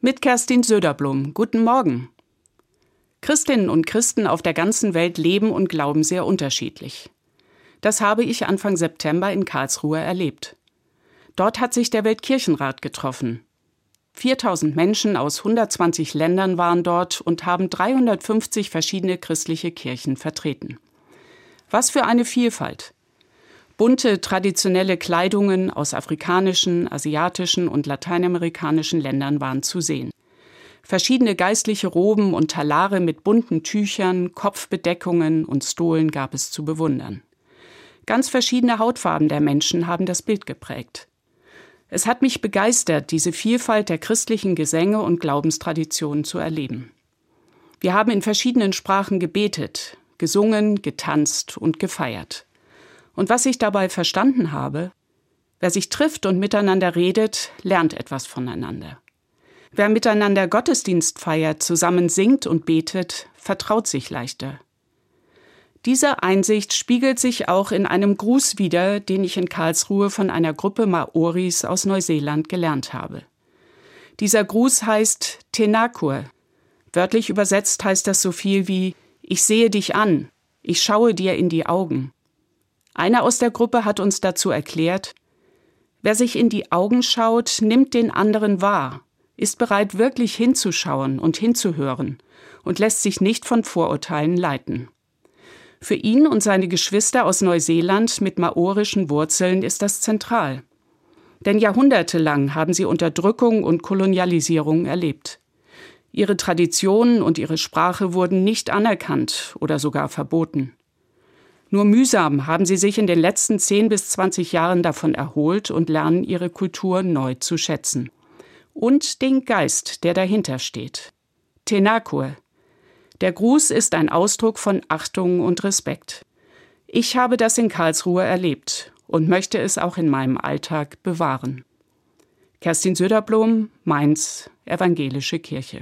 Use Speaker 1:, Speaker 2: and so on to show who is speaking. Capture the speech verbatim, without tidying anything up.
Speaker 1: Mit Kerstin Söderblom. Guten Morgen. Christinnen und Christen auf der ganzen Welt leben und glauben sehr unterschiedlich. Das habe ich Anfang September in Karlsruhe erlebt. Dort hat sich der Weltkirchenrat getroffen. viertausend Menschen aus hundertzwanzig Ländern waren dort und haben dreihundertfünfzig verschiedene christliche Kirchen vertreten. Was für eine Vielfalt! Bunte, traditionelle Kleidungen aus afrikanischen, asiatischen und lateinamerikanischen Ländern waren zu sehen. Verschiedene geistliche Roben und Talare mit bunten Tüchern, Kopfbedeckungen und Stolen gab es zu bewundern. Ganz verschiedene Hautfarben der Menschen haben das Bild geprägt. Es hat mich begeistert, diese Vielfalt der christlichen Gesänge und Glaubenstraditionen zu erleben. Wir haben in verschiedenen Sprachen gebetet, gesungen, getanzt und gefeiert. Und was ich dabei verstanden habe: Wer sich trifft und miteinander redet, lernt etwas voneinander. Wer miteinander Gottesdienst feiert, zusammen singt und betet, vertraut sich leichter. Diese Einsicht spiegelt sich auch in einem Gruß wider, den ich in Karlsruhe von einer Gruppe Maoris aus Neuseeland gelernt habe. Dieser Gruß heißt Tēnākua. Wörtlich übersetzt heißt das so viel wie: Ich sehe dich an, ich schaue dir in die Augen. Einer aus der Gruppe hat uns dazu erklärt: Wer sich in die Augen schaut, nimmt den anderen wahr, ist bereit, wirklich hinzuschauen und hinzuhören und lässt sich nicht von Vorurteilen leiten. Für ihn und seine Geschwister aus Neuseeland mit maorischen Wurzeln ist das zentral. Denn jahrhundertelang haben sie Unterdrückung und Kolonialisierung erlebt. Ihre Traditionen und ihre Sprache wurden nicht anerkannt oder sogar verboten. Nur mühsam haben sie sich in den letzten zehn bis zwanzig Jahren davon erholt und lernen ihre Kultur neu zu schätzen. Und den Geist, der dahinter steht. Tēnākua. Der Gruß ist ein Ausdruck von Achtung und Respekt. Ich habe das in Karlsruhe erlebt und möchte es auch in meinem Alltag bewahren. Kerstin Söderblom, Mainz, Evangelische Kirche.